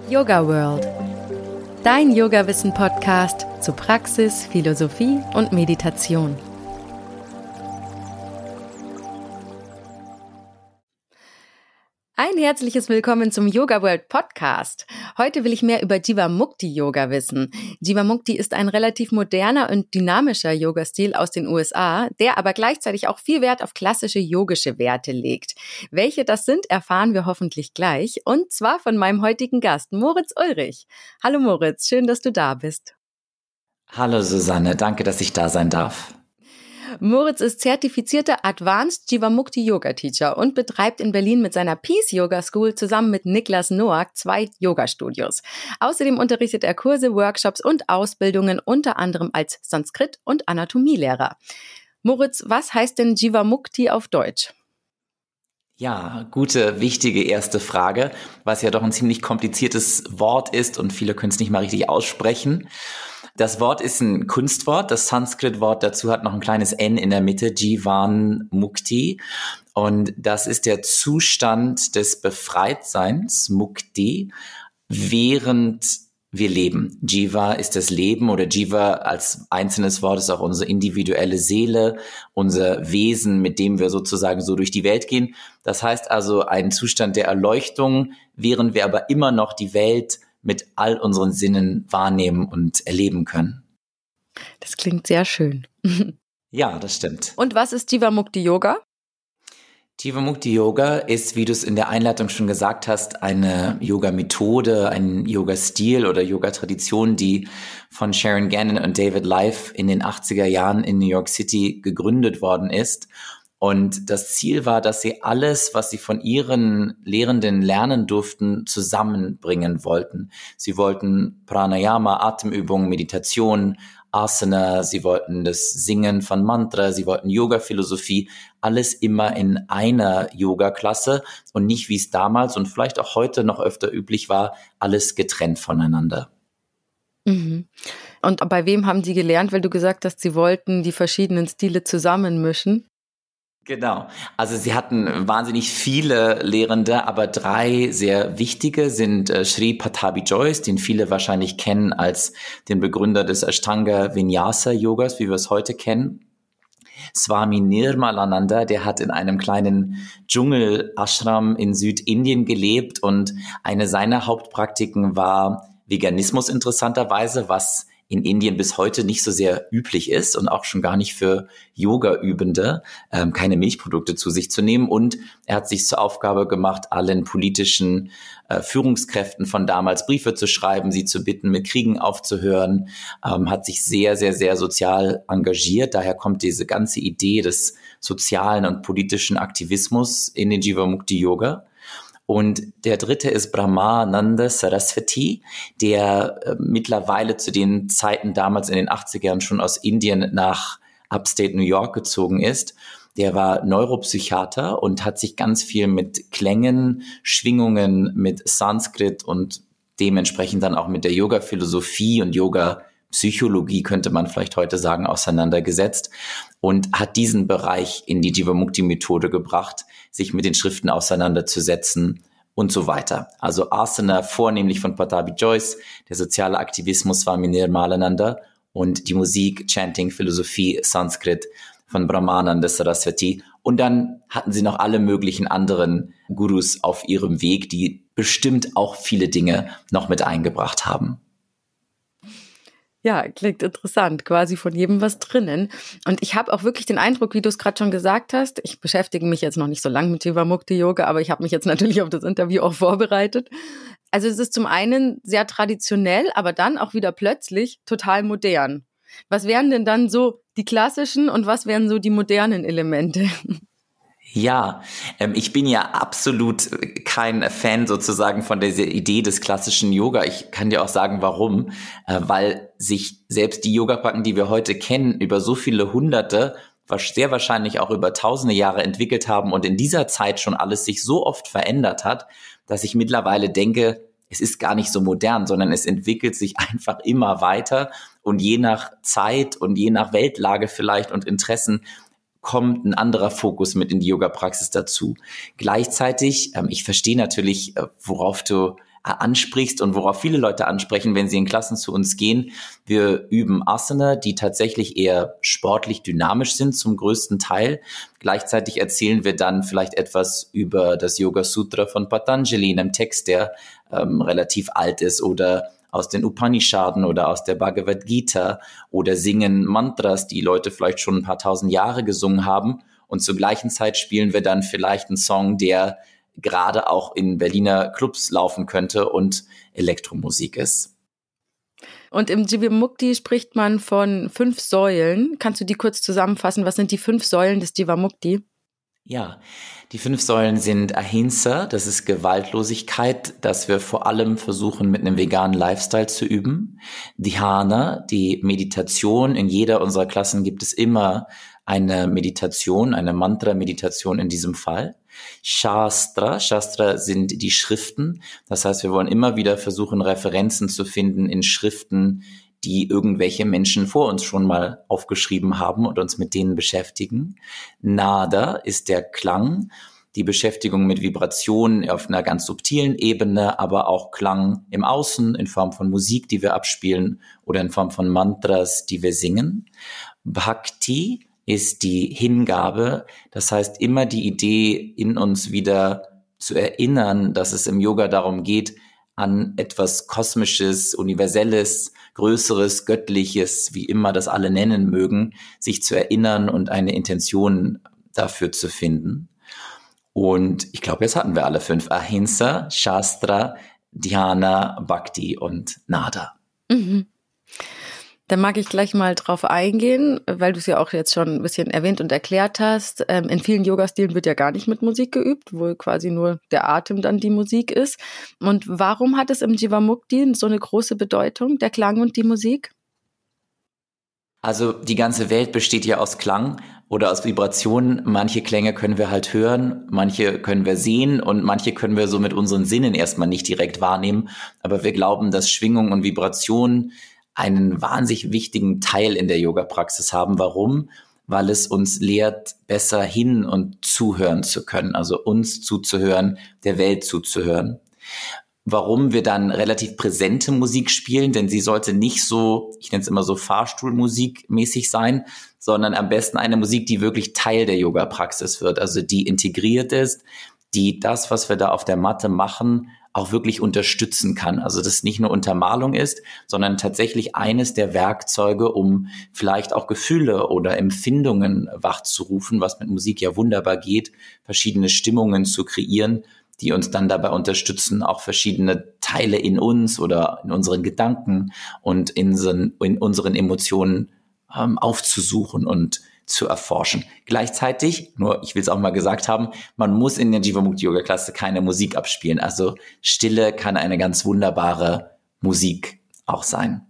Yoga World. Dein Yoga-Wissen-Podcast zu Praxis, Philosophie und Meditation. Ein herzliches Willkommen zum Yoga World Podcast. Heute will ich mehr über Jivamukti Yoga wissen. Jivamukti ist ein relativ moderner und dynamischer Yogastil aus den USA, der aber gleichzeitig auch viel Wert auf klassische yogische Werte legt. Welche das sind, erfahren wir hoffentlich gleich, und zwar von meinem heutigen Gast, Moritz Ulrich. Hallo Moritz, schön, dass du da bist. Hallo Susanne, danke, dass ich da sein darf. Moritz ist zertifizierter Advanced Jivamukti Yoga Teacher und betreibt in Berlin mit seiner Peace Yoga School zusammen mit Niklas Noack 2 Yoga-Studios. Außerdem unterrichtet er Kurse, Workshops und Ausbildungen unter anderem als Sanskrit- und Anatomielehrer. Moritz, was heißt denn Jivamukti auf Deutsch? Ja, gute, wichtige erste Frage, was ja doch ein ziemlich kompliziertes Wort ist und viele können es nicht mal richtig aussprechen. Das Wort ist ein Kunstwort, das Sanskrit-Wort dazu hat noch ein kleines N in der Mitte, Jivan Mukti. Und das ist der Zustand des Befreitseins, Mukti, während wir leben. Jiva ist das Leben oder Jiva als einzelnes Wort ist auch unsere individuelle Seele, unser Wesen, mit dem wir sozusagen so durch die Welt gehen. Das heißt also ein Zustand der Erleuchtung, während wir aber immer noch die Welt mit all unseren Sinnen wahrnehmen und erleben können. Das klingt sehr schön. Ja, das stimmt. Und was ist Jivamukti Yoga? Jivamukti Yoga ist, wie du es in der Einleitung schon gesagt hast, eine Yoga-Methode, ein Yoga-Stil oder Yoga-Tradition, die von Sharon Gannon und David Life in den 80er Jahren in New York City gegründet worden ist. Und das Ziel war, dass sie alles, was sie von ihren Lehrenden lernen durften, zusammenbringen wollten. Sie wollten Pranayama, Atemübungen, Meditation, Asana, sie wollten das Singen von Mantra, sie wollten Yoga-Philosophie, alles immer in einer Yoga-Klasse und nicht, wie es damals und vielleicht auch heute noch öfter üblich war, alles getrennt voneinander. Mhm. Und bei wem haben Sie gelernt, weil du gesagt hast, Sie wollten die verschiedenen Stile zusammenmischen? Genau. Also sie hatten wahnsinnig viele Lehrende, aber 3 sehr wichtige sind Sri Pattabhi Jois, den viele wahrscheinlich kennen als den Begründer des Ashtanga Vinyasa Yogas, wie wir es heute kennen. Swami Nirmalananda, der hat in einem kleinen Dschungel-Ashram in Südindien gelebt und eine seiner Hauptpraktiken war Veganismus interessanterweise, was in Indien bis heute nicht so sehr üblich ist und auch schon gar nicht für Yoga-Übende, keine Milchprodukte zu sich zu nehmen. Und er hat sich zur Aufgabe gemacht, allen politischen Führungskräften von damals Briefe zu schreiben, sie zu bitten, mit Kriegen aufzuhören, hat sich sehr, sehr, sehr sozial engagiert. Daher kommt diese ganze Idee des sozialen und politischen Aktivismus in den Jivamukti Yoga. Und der 3. ist Brahmananda Saraswati, der mittlerweile zu den Zeiten damals in den 80ern schon aus Indien nach Upstate New York gezogen ist. Der war Neuropsychiater und hat sich ganz viel mit Klängen, Schwingungen, mit Sanskrit und dementsprechend dann auch mit der Yoga-Philosophie und Yoga-Psychologie, könnte man vielleicht heute sagen, auseinandergesetzt und hat diesen Bereich in die Jivamukti-Methode gebracht, sich mit den Schriften auseinanderzusetzen und so weiter. Also Asana vornehmlich von Pattabhi Jois, der soziale Aktivismus Swami Nirmalananda und die Musik, Chanting, Philosophie, Sanskrit von Brahmananda Saraswati. Und dann hatten sie noch alle möglichen anderen Gurus auf ihrem Weg, die bestimmt auch viele Dinge noch mit eingebracht haben. Ja, klingt interessant, quasi von jedem was drinnen. Und ich habe auch wirklich den Eindruck, wie du es gerade schon gesagt hast, ich beschäftige mich jetzt noch nicht so lange mit Jivamukti Yoga, aber ich habe mich jetzt natürlich auf das Interview auch vorbereitet. Also es ist zum einen sehr traditionell, aber dann auch wieder plötzlich total modern. Was wären denn dann so die klassischen und was wären so die modernen Elemente? Ja, ich bin ja absolut kein Fan sozusagen von dieser Idee des klassischen Yoga. Ich kann dir auch sagen, warum. Weil sich selbst die Yoga-Praktiken, die wir heute kennen, über so viele Hunderte, sehr wahrscheinlich auch über tausende Jahre entwickelt haben und in dieser Zeit schon alles sich so oft verändert hat, dass ich mittlerweile denke, es ist gar nicht so modern, sondern es entwickelt sich einfach immer weiter und je nach Zeit und je nach Weltlage vielleicht und Interessen kommt ein anderer Fokus mit in die Yoga-Praxis dazu. Gleichzeitig, ich verstehe natürlich, worauf du ansprichst und worauf viele Leute ansprechen, wenn sie in Klassen zu uns gehen. Wir üben Asana, die tatsächlich eher sportlich dynamisch sind zum größten Teil. Gleichzeitig erzählen wir dann vielleicht etwas über das Yoga Sutra von Patanjali in einem Text, der relativ alt ist, oder aus den Upanishaden oder aus der Bhagavad Gita, oder singen Mantras, die Leute vielleicht schon ein paar tausend Jahre gesungen haben. Und zur gleichen Zeit spielen wir dann vielleicht einen Song, der gerade auch in Berliner Clubs laufen könnte und Elektromusik ist. Und im Jivamukti spricht man von 5 Säulen. Kannst du die kurz zusammenfassen? Was sind die 5 Säulen des Jivamukti? Ja, die 5 Säulen sind Ahimsa, das ist Gewaltlosigkeit, das wir vor allem versuchen mit einem veganen Lifestyle zu üben. Dhyana, die Meditation. In jeder unserer Klassen gibt es immer eine Meditation, eine Mantra-Meditation in diesem Fall. Shastra sind die Schriften. Das heißt, wir wollen immer wieder versuchen, Referenzen zu finden in Schriften, die irgendwelche Menschen vor uns schon mal aufgeschrieben haben und uns mit denen beschäftigen. Nada ist der Klang, die Beschäftigung mit Vibrationen auf einer ganz subtilen Ebene, aber auch Klang im Außen in Form von Musik, die wir abspielen, oder in Form von Mantras, die wir singen. Bhakti ist die Hingabe, das heißt immer die Idee, in uns wieder zu erinnern, dass es im Yoga darum geht, an etwas Kosmisches, Universelles, Größeres, Göttliches, wie immer das alle nennen mögen, sich zu erinnern und eine Intention dafür zu finden. Und ich glaube, jetzt hatten wir alle 5. Ahimsa, Shastra, Dhyana, Bhakti und Nada. Mhm. Dann mag ich gleich mal drauf eingehen, weil du es ja auch jetzt schon ein bisschen erwähnt und erklärt hast. In vielen Yoga-Stilen wird ja gar nicht mit Musik geübt, wo quasi nur der Atem dann die Musik ist. Und warum hat es im Jivamukti so eine große Bedeutung, der Klang und die Musik? Also die ganze Welt besteht ja aus Klang oder aus Vibrationen. Manche Klänge können wir halt hören, manche können wir sehen und manche können wir so mit unseren Sinnen erstmal nicht direkt wahrnehmen. Aber wir glauben, dass Schwingung und Vibration einen wahnsinnig wichtigen Teil in der Yoga-Praxis haben. Warum? Weil es uns lehrt, besser hin und zuhören zu können, also uns zuzuhören, der Welt zuzuhören. Warum wir dann relativ präsente Musik spielen, denn sie sollte nicht so, ich nenne es immer so Fahrstuhlmusik mäßig sein, sondern am besten eine Musik, die wirklich Teil der Yoga-Praxis wird, also die integriert ist, die das, was wir da auf der Matte machen, auch wirklich unterstützen kann. Also das nicht nur Untermalung ist, sondern tatsächlich eines der Werkzeuge, um vielleicht auch Gefühle oder Empfindungen wachzurufen, was mit Musik ja wunderbar geht, verschiedene Stimmungen zu kreieren, die uns dann dabei unterstützen, auch verschiedene Teile in uns oder in unseren Gedanken und in unseren Emotionen aufzusuchen und zu erforschen. Gleichzeitig, nur ich will es auch mal gesagt haben, man muss in der Jivamukti-Yoga-Klasse keine Musik abspielen. Also Stille kann eine ganz wunderbare Musik auch sein.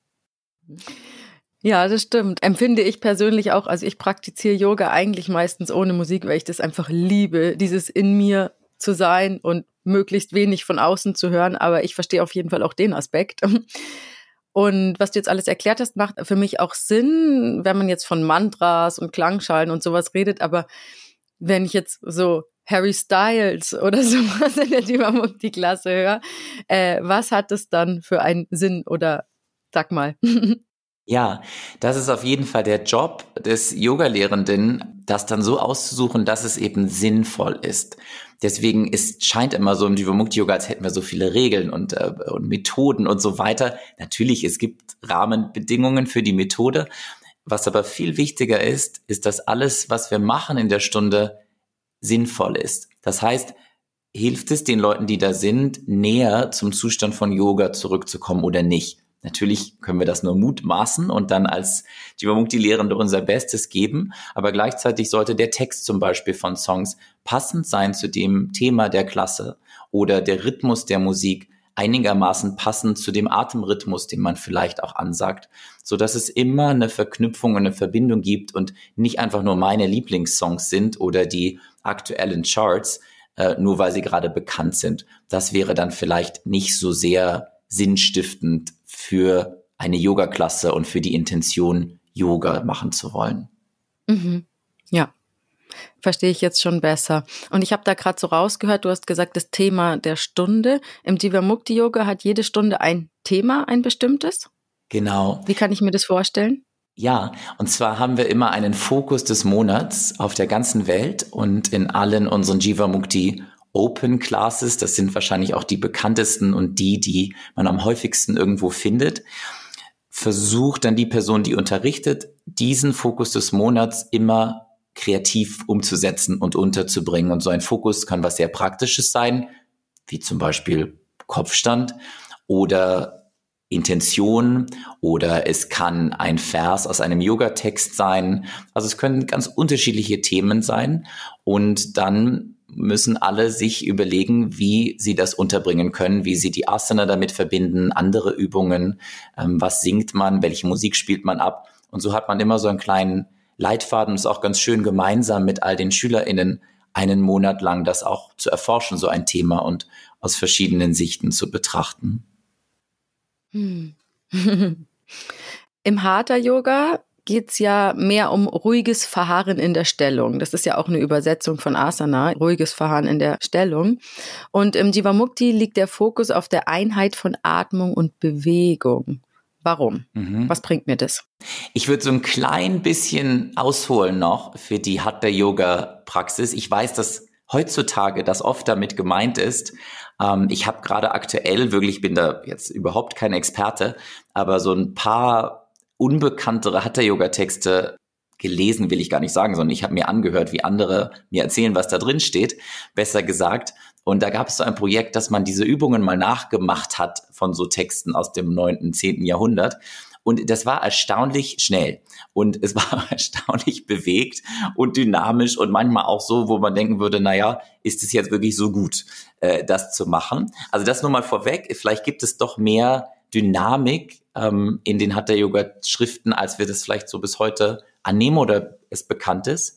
Ja, das stimmt. Empfinde ich persönlich auch. Also ich praktiziere Yoga eigentlich meistens ohne Musik, weil ich das einfach liebe, dieses in mir zu sein und möglichst wenig von außen zu hören. Aber ich verstehe auf jeden Fall auch den Aspekt. Und was du jetzt alles erklärt hast, macht für mich auch Sinn, wenn man jetzt von Mantras und Klangschalen und sowas redet. Aber wenn ich jetzt so Harry Styles oder sowas in der Jivamukti-Klasse höre, was hat das dann für einen Sinn? Oder sag mal. Ja, das ist auf jeden Fall der Job des Yogalehrenden, das dann so auszusuchen, dass es eben sinnvoll ist. Deswegen scheint immer so im Jivamukti-Yoga, als hätten wir so viele Regeln und Methoden und so weiter. Natürlich, es gibt Rahmenbedingungen für die Methode. Was aber viel wichtiger ist, dass alles, was wir machen in der Stunde, sinnvoll ist. Das heißt, hilft es den Leuten, die da sind, näher zum Zustand von Yoga zurückzukommen oder nicht? Natürlich können wir das nur mutmaßen und dann als Jivamukti-Lehrende unser Bestes geben, aber gleichzeitig sollte der Text zum Beispiel von Songs passend sein zu dem Thema der Klasse oder der Rhythmus der Musik einigermaßen passend zu dem Atemrhythmus, den man vielleicht auch ansagt, so dass es immer eine Verknüpfung und eine Verbindung gibt und nicht einfach nur meine Lieblingssongs sind oder die aktuellen Charts, nur weil sie gerade bekannt sind. Das wäre dann vielleicht nicht so sehr sinnstiftend für eine Yoga-Klasse und für die Intention, Yoga machen zu wollen. Mhm. Ja. Verstehe ich jetzt schon besser. Und ich habe da gerade so rausgehört, du hast gesagt, das Thema der Stunde. Im Jivamukti-Yoga hat jede Stunde ein Thema, ein bestimmtes? Genau. Wie kann ich mir das vorstellen? Ja, und zwar haben wir immer einen Fokus des Monats auf der ganzen Welt und in allen unseren Jivamukti Open Classes, das sind wahrscheinlich auch die bekanntesten und die man am häufigsten irgendwo findet, versucht dann die Person, die unterrichtet, diesen Fokus des Monats immer kreativ umzusetzen und unterzubringen. Und so ein Fokus kann was sehr Praktisches sein, wie zum Beispiel Kopfstand oder Intention, oder es kann ein Vers aus einem Yoga-Text sein. Also es können ganz unterschiedliche Themen sein und dann müssen alle sich überlegen, wie sie das unterbringen können, wie sie die Asana damit verbinden, andere Übungen, was singt man, welche Musik spielt man ab. Und so hat man immer so einen kleinen Leitfaden. Es ist auch ganz schön, gemeinsam mit all den SchülerInnen einen Monat lang das auch zu erforschen, so ein Thema, und aus verschiedenen Sichten zu betrachten. Im Hatha-Yoga geht es ja mehr um ruhiges Verharren in der Stellung. Das ist ja auch eine Übersetzung von Asana, ruhiges Verharren in der Stellung. Und im Jivamukti liegt der Fokus auf der Einheit von Atmung und Bewegung. Warum? Was bringt mir das? Ich würde so ein klein bisschen ausholen noch für die Hatha-Yoga-Praxis. Ich weiß, dass heutzutage das oft damit gemeint ist. Ich habe gerade aktuell wirklich, bin da jetzt überhaupt kein Experte, aber so ein paar unbekanntere Hatha-Yoga-Texte gelesen, will ich gar nicht sagen, sondern ich habe mir angehört, wie andere mir erzählen, was da drin steht, besser gesagt. Und da gab es so ein Projekt, dass man diese Übungen mal nachgemacht hat von so Texten aus dem 9., 10. Jahrhundert. Und das war erstaunlich schnell und es war erstaunlich bewegt und dynamisch und manchmal auch so, wo man denken würde, naja, ist es jetzt wirklich so gut, das zu machen? Also das nur mal vorweg, vielleicht gibt es doch mehr Dynamik in den Hatha-Yoga-Schriften, als wir das vielleicht so bis heute annehmen oder es bekannt ist.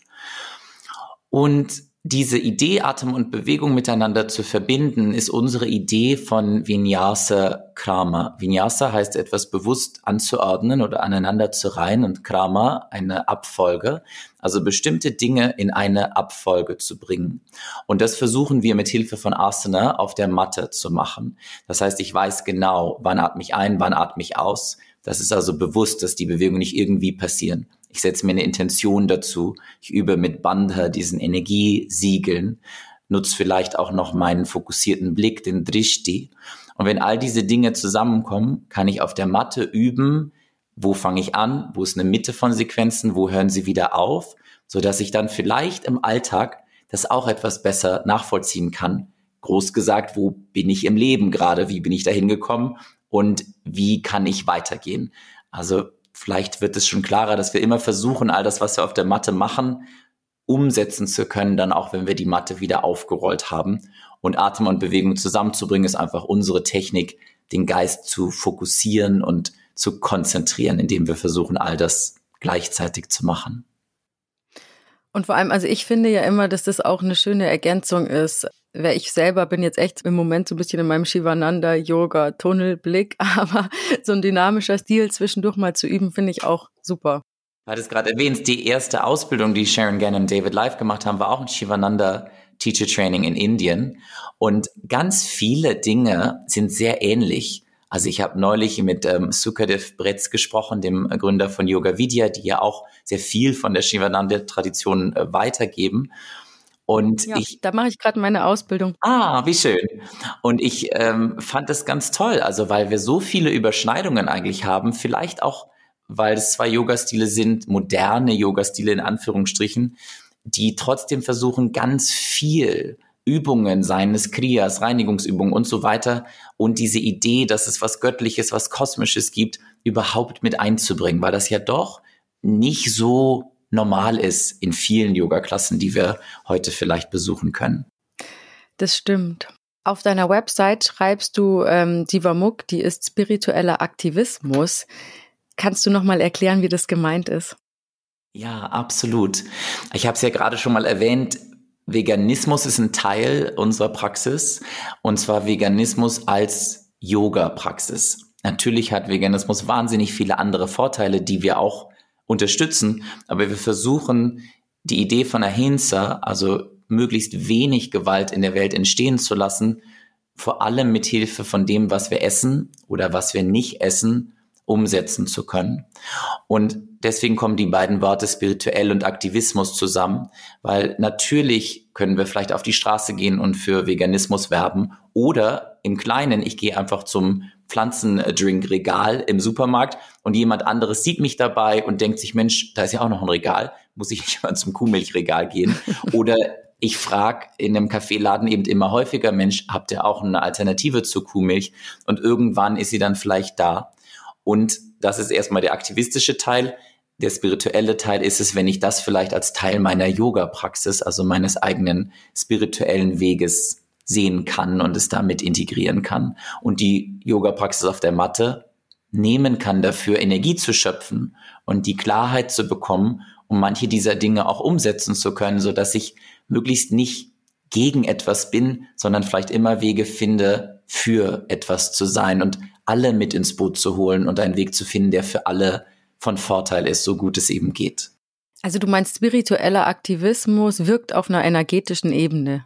Und diese Idee, Atem und Bewegung miteinander zu verbinden, ist unsere Idee von Vinyasa Krama. Vinyasa heißt, etwas bewusst anzuordnen oder aneinander zu reihen, und Krama eine Abfolge, also bestimmte Dinge in eine Abfolge zu bringen. Und das versuchen wir mit Hilfe von Asana auf der Matte zu machen. Das heißt, ich weiß genau, wann atme ich ein, wann atme ich aus. Das ist also bewusst, dass die Bewegungen nicht irgendwie passieren. Ich setze mir eine Intention dazu. Ich übe mit Bandha, diesen Energiesiegeln, nutze vielleicht auch noch meinen fokussierten Blick, den Drishti. Und wenn all diese Dinge zusammenkommen, kann ich auf der Matte üben, wo fange ich an, wo ist eine Mitte von Sequenzen, wo hören sie wieder auf, sodass ich dann vielleicht im Alltag das auch etwas besser nachvollziehen kann. Groß gesagt, wo bin ich im Leben gerade, wie bin ich da hingekommen und wie kann ich weitergehen? Also vielleicht wird es schon klarer, dass wir immer versuchen, all das, was wir auf der Matte machen, umsetzen zu können, dann auch, wenn wir die Matte wieder aufgerollt haben. Und Atem und Bewegung zusammenzubringen, ist einfach unsere Technik, den Geist zu fokussieren und zu konzentrieren, indem wir versuchen, all das gleichzeitig zu machen. Und vor allem, also ich finde ja immer, dass das auch eine schöne Ergänzung ist. Weil ich selber bin jetzt echt im Moment so ein bisschen in meinem Shivananda-Yoga-Tunnelblick, aber so ein dynamischer Stil zwischendurch mal zu üben, finde ich auch super. Du hattest gerade erwähnt, die erste Ausbildung, die Sharon Gannon und David Live gemacht haben, war auch ein Shivananda Teacher Training in Indien. Und ganz viele Dinge sind sehr ähnlich. Also ich habe neulich mit Sukadev Bretz gesprochen, dem Gründer von Yoga Vidya, die ja auch sehr viel von der Shivananda-Tradition weitergeben. Und ja, da mache ich gerade meine Ausbildung. Wie schön. Und ich fand das ganz toll, also weil wir so viele Überschneidungen eigentlich haben, vielleicht auch, weil es zwei Yoga-Stile sind, moderne Yoga-Stile in Anführungsstrichen, die trotzdem versuchen, ganz viel Übungen, seien es Kriyas, Reinigungsübungen und so weiter, und diese Idee, dass es was Göttliches, was Kosmisches gibt, überhaupt mit einzubringen, weil das ja doch nicht so normal ist in vielen Yoga-Klassen, die wir heute vielleicht besuchen können. Das stimmt. Auf deiner Website schreibst du, Jivamukti ist spiritueller Aktivismus. Kannst du nochmal erklären, wie das gemeint ist? Ja, absolut. Ich habe es ja gerade schon mal erwähnt, Veganismus ist ein Teil unserer Praxis, und zwar Veganismus als Yoga-Praxis. Natürlich hat Veganismus wahnsinnig viele andere Vorteile, die wir auch unterstützen, aber wir versuchen die Idee von Ahimsa, also möglichst wenig Gewalt in der Welt entstehen zu lassen, vor allem mit Hilfe von dem, was wir essen oder was wir nicht essen, umsetzen zu können. Und deswegen kommen die beiden Worte spirituell und Aktivismus zusammen, weil natürlich können wir vielleicht auf die Straße gehen und für Veganismus werben oder im Kleinen, ich gehe einfach zum Pflanzendrinkregal im Supermarkt und jemand anderes sieht mich dabei und denkt sich, Mensch, da ist ja auch noch ein Regal, muss ich nicht mal zum Kuhmilchregal gehen? Oder ich frage in einem Kaffeeladen eben immer häufiger, Mensch, habt ihr auch eine Alternative zur Kuhmilch? Und irgendwann ist sie dann vielleicht da. Und das ist erstmal der aktivistische Teil. Der spirituelle Teil ist es, wenn ich das vielleicht als Teil meiner Yoga-Praxis, also meines eigenen spirituellen Weges sehen kann und es damit integrieren kann. Und die Yoga-Praxis auf der Matte nehmen kann, dafür Energie zu schöpfen und die Klarheit zu bekommen, um manche dieser Dinge auch umsetzen zu können, sodass ich möglichst nicht gegen etwas bin, sondern vielleicht immer Wege finde, für etwas zu sein und alle mit ins Boot zu holen und einen Weg zu finden, der für alle von Vorteil ist, so gut es eben geht. Also du meinst, spiritueller Aktivismus wirkt auf einer energetischen Ebene?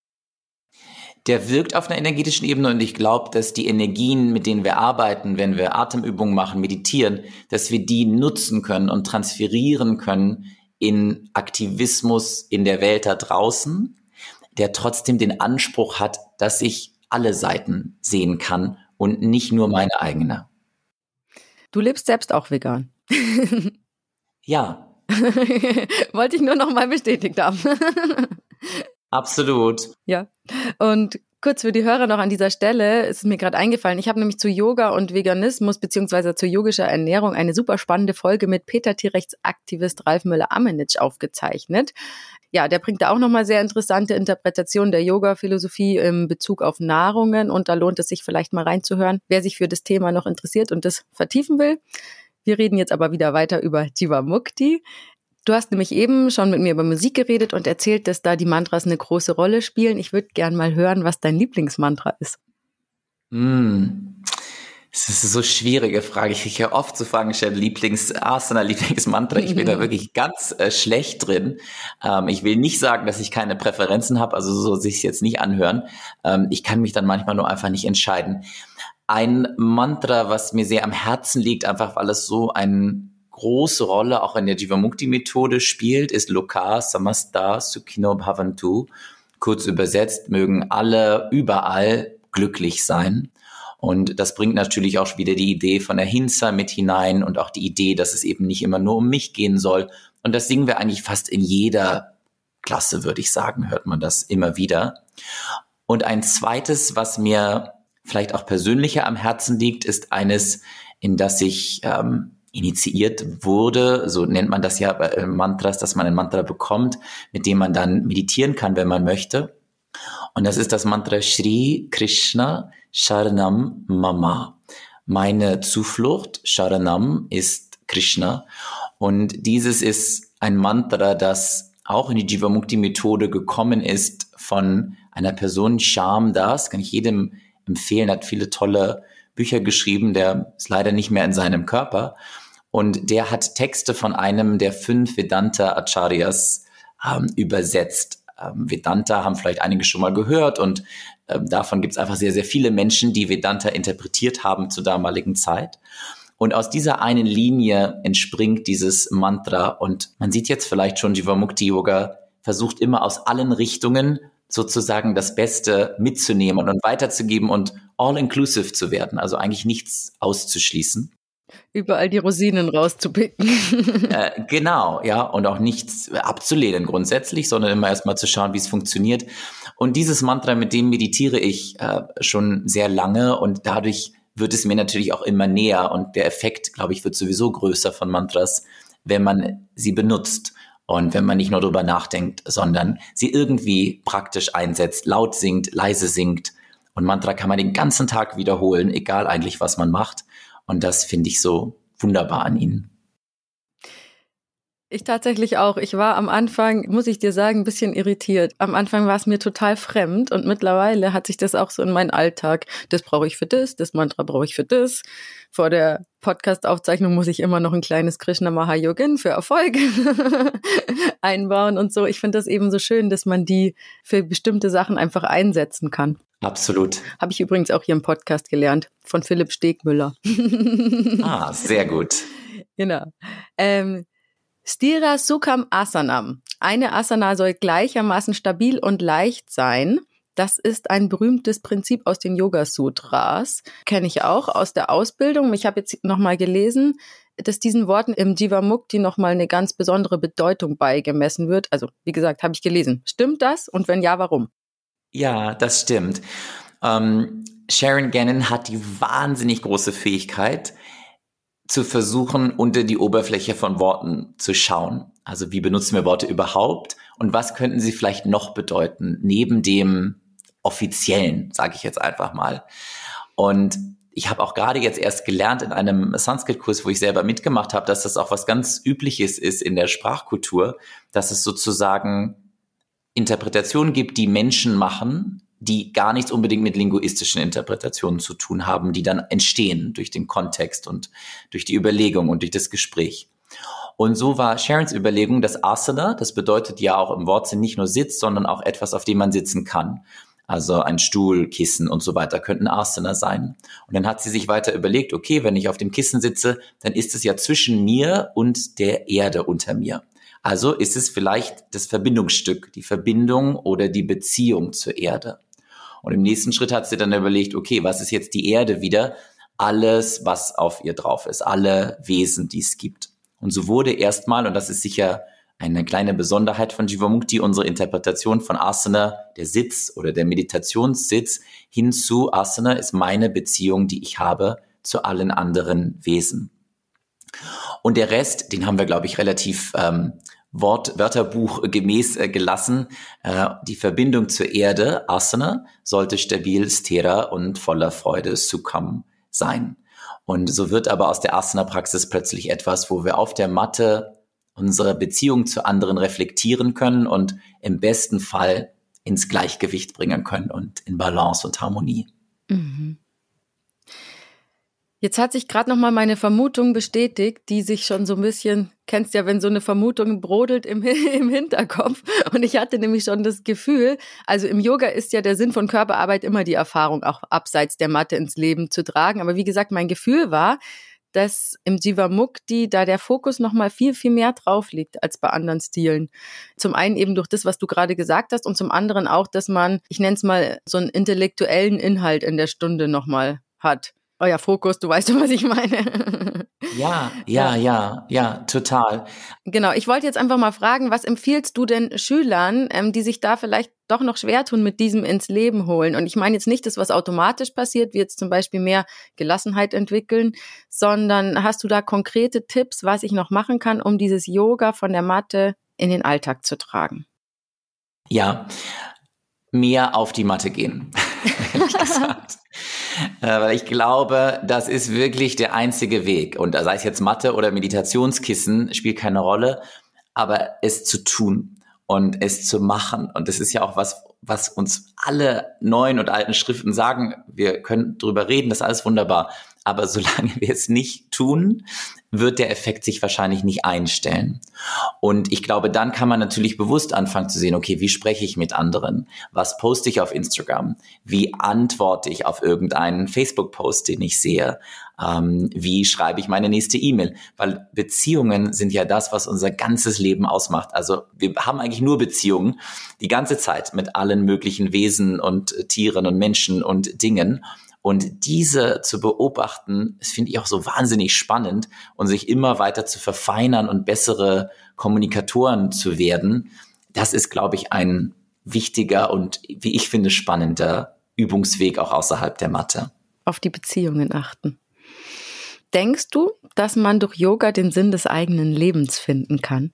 Der wirkt auf einer energetischen Ebene und ich glaube, dass die Energien, mit denen wir arbeiten, wenn wir Atemübungen machen, meditieren, dass wir die nutzen können und transferieren können in Aktivismus in der Welt da draußen, der trotzdem den Anspruch hat, dass ich alle Seiten sehen kann und nicht nur meine eigene. Du lebst selbst auch vegan. Ja. Wollte ich nur noch mal bestätigt haben. Absolut. Ja. Und kurz für die Hörer noch an dieser Stelle, ist mir gerade eingefallen, ich habe nämlich zu Yoga und Veganismus beziehungsweise zu yogischer Ernährung eine super spannende Folge mit Peter Tierrechtsaktivist Ralf Müller-Amenitsch aufgezeichnet. Ja, der bringt da auch nochmal sehr interessante Interpretationen der Yoga-Philosophie in Bezug auf Nahrungen und da lohnt es sich vielleicht mal reinzuhören, wer sich für das Thema noch interessiert und das vertiefen will. Wir reden jetzt aber wieder weiter über Jivamukti. Du hast nämlich eben schon mit mir über Musik geredet und erzählt, dass da die Mantras eine große Rolle spielen. Ich würde gern mal hören, was dein Lieblingsmantra ist. Das ist eine so schwierige Frage. Ich kriege ja oft so Fragen gestellt, Lieblingsasana, Lieblingsmantra. Ich bin da wirklich ganz schlecht drin. Ich will nicht sagen, dass ich keine Präferenzen habe, also so sich es jetzt nicht anhören. Ich kann mich dann manchmal nur einfach nicht entscheiden. Ein Mantra, was mir sehr am Herzen liegt, einfach weil es so eine große Rolle auch in der Jivamukti-Methode spielt, ist Loka Samasta Sukhino Bhavantu. Kurz übersetzt, mögen alle überall glücklich sein. Und das bringt natürlich auch wieder die Idee von Ahimsa mit hinein und auch die Idee, dass es eben nicht immer nur um mich gehen soll. Und das singen wir eigentlich fast in jeder Klasse, würde ich sagen, hört man das immer wieder. Und ein zweites, was mir vielleicht auch persönlicher am Herzen liegt, ist eines, in das ich initiiert wurde, so nennt man das ja bei Mantras, dass man ein Mantra bekommt, mit dem man dann meditieren kann, wenn man möchte. Und das ist das Mantra Shri Krishna Sharanam Mama. Meine Zuflucht, Sharanam, ist Krishna. Und dieses ist ein Mantra, das auch in die Jivamukti-Methode gekommen ist von einer Person, Shyam Das, kann ich jedem empfehlen, hat viele tolle Bücher geschrieben, der ist leider nicht mehr in seinem Körper. Und der hat Texte von einem der 5 Vedanta-Acharyas übersetzt. Vedanta haben vielleicht einige schon mal gehört und davon gibt es einfach sehr, sehr viele Menschen, die Vedanta interpretiert haben zur damaligen Zeit. Und aus dieser einen Linie entspringt dieses Mantra und man sieht jetzt vielleicht schon, Jivamukti Yoga versucht immer aus allen Richtungen sozusagen das Beste mitzunehmen und weiterzugeben und all-inclusive zu werden, also eigentlich nichts auszuschließen. Überall die Rosinen rauszupicken. Genau, ja, und auch nichts abzulehnen grundsätzlich, sondern immer erstmal zu schauen, wie es funktioniert. Und dieses Mantra, mit dem meditiere ich schon sehr lange und dadurch wird es mir natürlich auch immer näher und der Effekt, glaube ich, wird sowieso größer von Mantras, wenn man sie benutzt und wenn man nicht nur drüber nachdenkt, sondern sie irgendwie praktisch einsetzt, laut singt, leise singt. Und Mantra kann man den ganzen Tag wiederholen, egal eigentlich, was man macht. Und das finde ich so wunderbar an ihnen. Ich tatsächlich auch. Ich war am Anfang, muss ich dir sagen, ein bisschen irritiert. Am Anfang war es mir total fremd und mittlerweile hat sich das auch so in meinen Alltag. Das brauche ich für das Mantra brauche ich für das. Vor der Podcast-Aufzeichnung muss ich immer noch ein kleines Krishna Mahayogin für Erfolg einbauen und so. Ich finde das eben so schön, dass man die für bestimmte Sachen einfach einsetzen kann. Absolut. Habe ich übrigens auch hier im Podcast gelernt von Philipp Stegmüller. Sehr gut. Genau. Sthira Sukham Asanam. Eine Asana soll gleichermaßen stabil und leicht sein. Das ist ein berühmtes Prinzip aus den Yoga-Sutras. Kenne ich auch aus der Ausbildung. Ich habe jetzt nochmal gelesen, dass diesen Worten im Jivamukti nochmal eine ganz besondere Bedeutung beigemessen wird. Also, wie gesagt, habe ich gelesen. Stimmt das? Und wenn ja, warum? Ja, das stimmt. Sharon Gannon hat die wahnsinnig große Fähigkeit, zu versuchen, unter die Oberfläche von Worten zu schauen. Also wie benutzen wir Worte überhaupt und was könnten sie vielleicht noch bedeuten, neben dem Offiziellen, sage ich jetzt einfach mal. Und ich habe auch gerade jetzt erst gelernt in einem Sanskrit-Kurs, wo ich selber mitgemacht habe, dass das auch was ganz Übliches ist in der Sprachkultur, dass es sozusagen Interpretationen gibt, die Menschen machen, die gar nichts unbedingt mit linguistischen Interpretationen zu tun haben, die dann entstehen durch den Kontext und durch die Überlegung und durch das Gespräch. Und so war Sharons Überlegung, dass Asana, das bedeutet ja auch im Wortsinn nicht nur Sitz, sondern auch etwas, auf dem man sitzen kann. Also ein Stuhl, Kissen und so weiter könnten Asana sein. Und dann hat sie sich weiter überlegt, okay, wenn ich auf dem Kissen sitze, dann ist es ja zwischen mir und der Erde unter mir. Also ist es vielleicht das Verbindungsstück, die Verbindung oder die Beziehung zur Erde. Und im nächsten Schritt hat sie dann überlegt, okay, was ist jetzt die Erde wieder? Alles, was auf ihr drauf ist, alle Wesen, die es gibt. Und so wurde erstmal, und das ist sicher eine kleine Besonderheit von Jivamukti, unsere Interpretation von Asana, der Sitz oder der Meditationssitz, hin zu Asana ist meine Beziehung, die ich habe zu allen anderen Wesen. Und der Rest, den haben wir, glaube ich, relativ Wörterbuch gemäß gelassen. Die Verbindung zur Erde, Asana, sollte stabil, Sthira und voller Freude, Sukham, sein. Und so wird aber aus der Asana-Praxis plötzlich etwas, wo wir auf der Matte unsere Beziehung zu anderen reflektieren können und im besten Fall ins Gleichgewicht bringen können und in Balance und Harmonie. Mhm. Jetzt hat sich gerade nochmal meine Vermutung bestätigt, die sich schon so ein bisschen, kennst ja, wenn so eine Vermutung brodelt im Hinterkopf. Und ich hatte nämlich schon das Gefühl, also im Yoga ist ja der Sinn von Körperarbeit immer die Erfahrung, auch abseits der Matte ins Leben zu tragen. Aber wie gesagt, mein Gefühl war, dass im Jivamukti da der Fokus nochmal viel, viel mehr drauf liegt als bei anderen Stilen. Zum einen eben durch das, was du gerade gesagt hast und zum anderen auch, dass man, ich nenne es mal, so einen intellektuellen Inhalt in der Stunde nochmal hat. Euer Fokus, du weißt schon, was ich meine. Ja, total. Genau, ich wollte jetzt einfach mal fragen, was empfiehlst du denn Schülern, die sich da vielleicht doch noch schwer tun mit diesem ins Leben holen? Und ich meine jetzt nicht das, was automatisch passiert, wie jetzt zum Beispiel mehr Gelassenheit entwickeln, sondern hast du da konkrete Tipps, was ich noch machen kann, um dieses Yoga von der Matte in den Alltag zu tragen? Ja, mehr auf die Matte gehen, ehrlich gesagt. Weil ich glaube, das ist wirklich der einzige Weg. Und sei es jetzt Matte oder Meditationskissen, spielt keine Rolle. Aber es zu tun und es zu machen. Und das ist ja auch was uns alle neuen und alten Schriften sagen. Wir können drüber reden, das ist alles wunderbar. Aber solange wir es nicht tun, wird der Effekt sich wahrscheinlich nicht einstellen. Und ich glaube, dann kann man natürlich bewusst anfangen zu sehen, okay, wie spreche ich mit anderen? Was poste ich auf Instagram? Wie antworte ich auf irgendeinen Facebook-Post, den ich sehe? Wie schreibe ich meine nächste E-Mail? Weil Beziehungen sind ja das, was unser ganzes Leben ausmacht. Also wir haben eigentlich nur Beziehungen die ganze Zeit mit allen möglichen Wesen und Tieren und Menschen und Dingen. Und diese zu beobachten, das finde ich auch so wahnsinnig spannend und sich immer weiter zu verfeinern und bessere Kommunikatoren zu werden, das ist, glaube ich, ein wichtiger und, wie ich finde, spannender Übungsweg auch außerhalb der Matte. Auf die Beziehungen achten. Denkst du, dass man durch Yoga den Sinn des eigenen Lebens finden kann?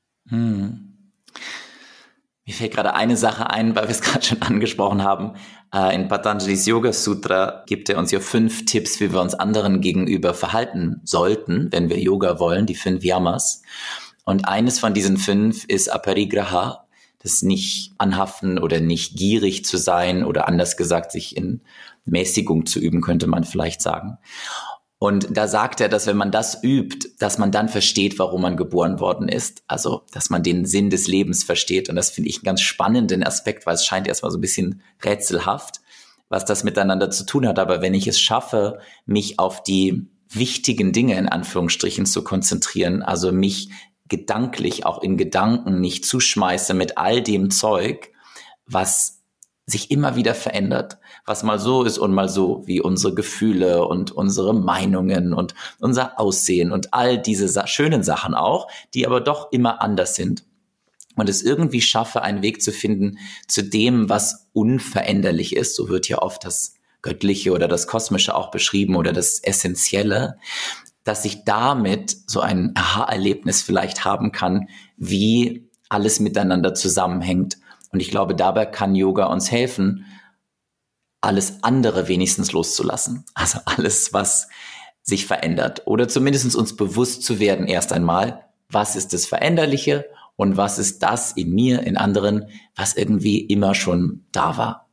Mir fällt gerade eine Sache ein, weil wir es gerade schon angesprochen haben. In Patanjali's Yoga Sutra gibt er uns ja 5 Tipps, wie wir uns anderen gegenüber verhalten sollten, wenn wir Yoga wollen, die 5 Yamas. Und eines von diesen 5 ist Aparigraha, das nicht anhaften oder nicht gierig zu sein oder anders gesagt, sich in Mäßigung zu üben, könnte man vielleicht sagen. Und da sagt er, dass wenn man das übt, dass man dann versteht, warum man geboren worden ist. Also, dass man den Sinn des Lebens versteht. Und das finde ich einen ganz spannenden Aspekt, weil es scheint erstmal so ein bisschen rätselhaft, was das miteinander zu tun hat. Aber wenn ich es schaffe, mich auf die wichtigen Dinge in Anführungsstrichen zu konzentrieren, also mich gedanklich auch in Gedanken nicht zuschmeiße mit all dem Zeug, was sich immer wieder verändert, was mal so ist und mal so, wie unsere Gefühle und unsere Meinungen und unser Aussehen und all diese schönen Sachen auch, die aber doch immer anders sind. Und es irgendwie schaffe, einen Weg zu finden zu dem, was unveränderlich ist. So wird ja oft das Göttliche oder das Kosmische auch beschrieben oder das Essentielle, dass ich damit so ein Aha-Erlebnis vielleicht haben kann, wie alles miteinander zusammenhängt. Und ich glaube, dabei kann Yoga uns helfen, alles andere wenigstens loszulassen. Also alles, was sich verändert. Oder zumindest uns bewusst zu werden erst einmal, was ist das Veränderliche und was ist das in mir, in anderen, was irgendwie immer schon da war.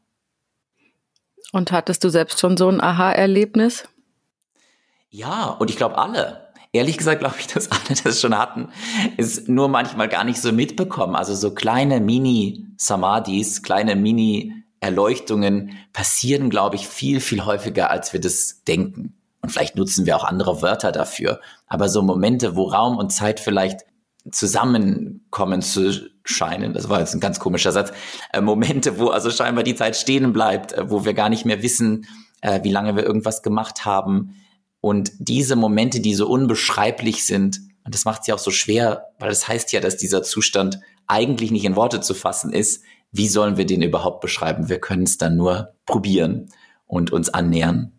Und hattest du selbst schon so ein Aha-Erlebnis? Ja, und ich glaube alle. Ehrlich gesagt glaube ich, dass alle das schon hatten, ist nur manchmal gar nicht so mitbekommen. Also so kleine Mini-Samadhis, kleine Mini-Erleuchtungen passieren, glaube ich, viel, viel häufiger, als wir das denken. Und vielleicht nutzen wir auch andere Wörter dafür. Aber so Momente, wo Raum und Zeit vielleicht zusammenkommen zu scheinen, das war jetzt ein ganz komischer Satz, Momente, wo also scheinbar die Zeit stehen bleibt, wo wir gar nicht mehr wissen, wie lange wir irgendwas gemacht haben. Und diese Momente, die so unbeschreiblich sind, und das macht es ja auch so schwer, weil es heißt ja, dass dieser Zustand eigentlich nicht in Worte zu fassen ist. Wie sollen wir den überhaupt beschreiben? Wir können es dann nur probieren und uns annähern.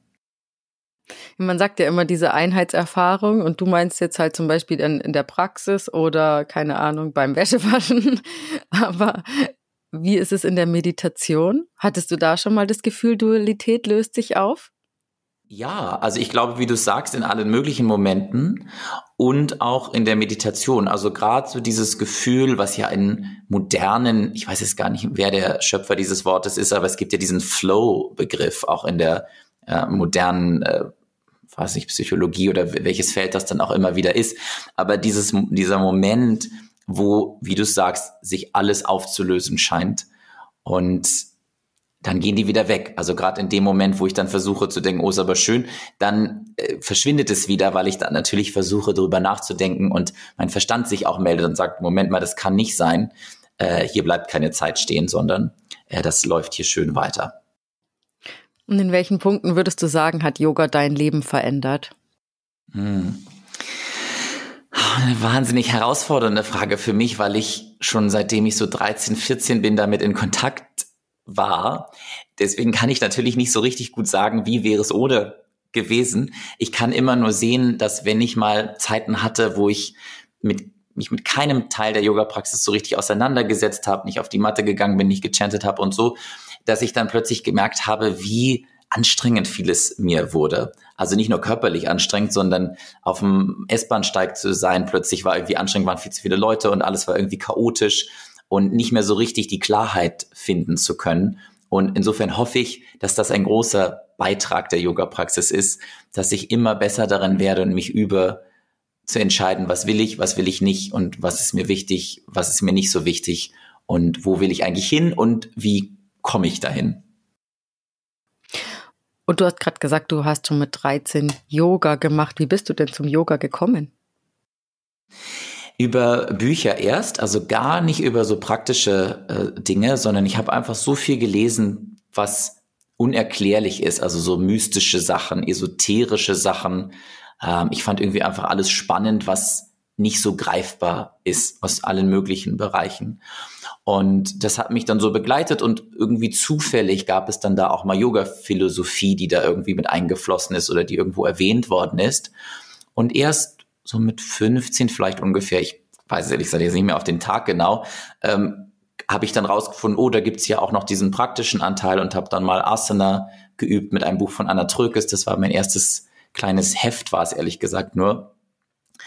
Man sagt ja immer diese Einheitserfahrung und du meinst jetzt halt zum Beispiel in der Praxis oder, keine Ahnung, beim Wäschewaschen. Aber wie ist es in der Meditation? Hattest du da schon mal das Gefühl, Dualität löst sich auf? Ja, also ich glaube, wie du sagst, in allen möglichen Momenten und auch in der Meditation. Also gerade so dieses Gefühl, was ja in modernen, ich weiß jetzt gar nicht, wer der Schöpfer dieses Wortes ist, aber es gibt ja diesen Flow-Begriff auch in der modernen, weiß nicht, Psychologie oder welches Feld das dann auch immer wieder ist. Aber dieser Moment, wo, wie du sagst, sich alles aufzulösen scheint und dann gehen die wieder weg. Also gerade in dem Moment, wo ich dann versuche zu denken, oh, ist aber schön, dann verschwindet es wieder, weil ich dann natürlich versuche, darüber nachzudenken und mein Verstand sich auch meldet und sagt, Moment mal, das kann nicht sein. Hier bleibt keine Zeit stehen, sondern das läuft hier schön weiter. Und in welchen Punkten würdest du sagen, hat Yoga dein Leben verändert? Eine wahnsinnig herausfordernde Frage für mich, weil ich schon seitdem ich so 13, 14 bin, damit in Kontakt war. Deswegen kann ich natürlich nicht so richtig gut sagen, wie wäre es ohne gewesen. Ich kann immer nur sehen, dass wenn ich mal Zeiten hatte, wo ich mich mit keinem Teil der Yoga-Praxis so richtig auseinandergesetzt habe, nicht auf die Matte gegangen bin, nicht gechantet habe und so, dass ich dann plötzlich gemerkt habe, wie anstrengend vieles mir wurde. Also nicht nur körperlich anstrengend, sondern auf dem S-Bahnsteig zu sein, plötzlich war irgendwie anstrengend, waren viel zu viele Leute und alles war irgendwie chaotisch und nicht mehr so richtig die Klarheit finden zu können. Und insofern hoffe ich, dass das ein großer Beitrag der Yoga-Praxis ist, dass ich immer besser darin werde und mich übe, zu entscheiden, was will ich nicht und was ist mir wichtig, was ist mir nicht so wichtig und wo will ich eigentlich hin und wie komme ich dahin. Und du hast gerade gesagt, du hast schon mit 13 Yoga gemacht. Wie bist du denn zum Yoga gekommen? Über Bücher erst, also gar nicht über so praktische Dinge, sondern ich habe einfach so viel gelesen, was unerklärlich ist, also so mystische Sachen, esoterische Sachen. Ich fand irgendwie einfach alles spannend, was nicht so greifbar ist aus allen möglichen Bereichen. Und das hat mich dann so begleitet und irgendwie zufällig gab es dann da auch mal Yoga-Philosophie, die da irgendwie mit eingeflossen ist oder die irgendwo erwähnt worden ist. Und erst so mit 15 vielleicht ungefähr, ich weiß es ehrlich gesagt jetzt nicht mehr auf den Tag genau, habe ich dann rausgefunden, oh, da gibt's ja auch noch diesen praktischen Anteil und habe dann mal Asana geübt mit einem Buch von Anna Trökes. Das war mein erstes kleines Heft, war es ehrlich gesagt nur.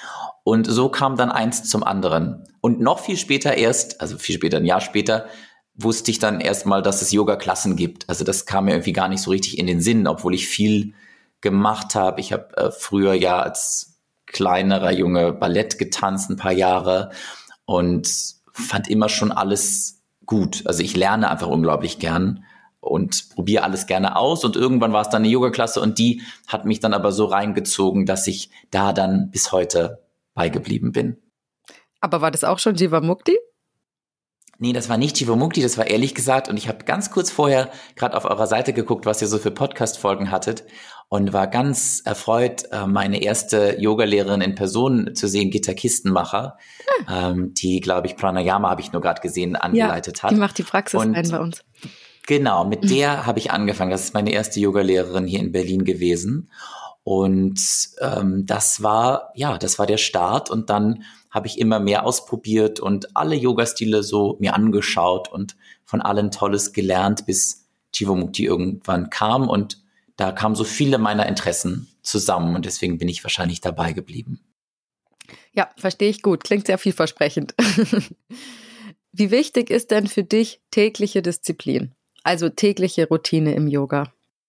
Und so kam dann eins zum anderen. Und noch viel später erst, also viel später, ein Jahr später, wusste ich dann erstmal, dass es Yoga-Klassen gibt. Also das kam mir irgendwie gar nicht so richtig in den Sinn, obwohl ich viel gemacht habe. Ich habe früher ja als kleinerer Junge Ballett getanzt, ein paar Jahre, und fand immer schon alles gut. Also ich lerne einfach unglaublich gern und probiere alles gerne aus. Und irgendwann war es dann eine Yoga-Klasse und die hat mich dann aber so reingezogen, dass ich da dann bis heute beigeblieben bin. Aber war das auch schon Jivamukti? Nee, das war nicht Jivamukti, das war ehrlich gesagt, und ich habe ganz kurz vorher gerade auf eurer Seite geguckt, was ihr so für Podcast-Folgen hattet, und war ganz erfreut, meine erste Yogalehrerin in Person zu sehen, Gitta Kistenmacher, die, glaube ich, Pranayama, habe ich nur gerade gesehen, angeleitet hat. Die macht die Praxis ein bei uns. Genau, mit der habe ich angefangen. Das ist meine erste Yogalehrerin hier in Berlin gewesen. Und das war der Start. Und dann habe ich immer mehr ausprobiert und alle Yoga-Stile so mir angeschaut und von allen Tolles gelernt, bis Jivamukti irgendwann kam. Und da kamen so viele meiner Interessen zusammen. Und deswegen bin ich wahrscheinlich dabei geblieben. Ja, verstehe ich gut. Klingt sehr vielversprechend. Wie wichtig ist denn für dich tägliche Disziplin? Also tägliche Routine im Yoga?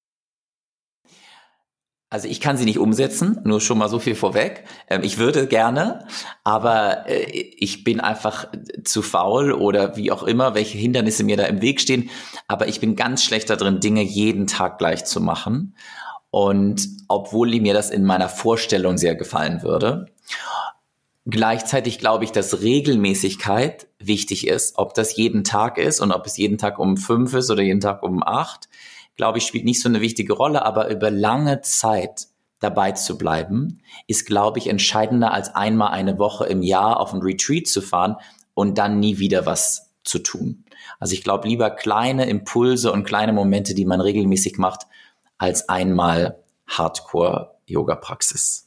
Also ich kann sie nicht umsetzen, nur schon mal so viel vorweg. Ich würde gerne, aber ich bin einfach zu faul oder wie auch immer, welche Hindernisse mir da im Weg stehen. Aber ich bin ganz schlecht darin, Dinge jeden Tag gleich zu machen. Und obwohl mir das in meiner Vorstellung sehr gefallen würde. Gleichzeitig glaube ich, dass Regelmäßigkeit wichtig ist. Ob das jeden Tag ist und ob es jeden Tag um 5 ist oder jeden Tag um 8, glaube ich, spielt nicht so eine wichtige Rolle. Aber über lange Zeit dabei zu bleiben, ist, glaube ich, entscheidender, als einmal eine Woche im Jahr auf ein Retreat zu fahren und dann nie wieder was zu tun. Also ich glaube, lieber kleine Impulse und kleine Momente, die man regelmäßig macht, als einmal Hardcore-Yoga-Praxis.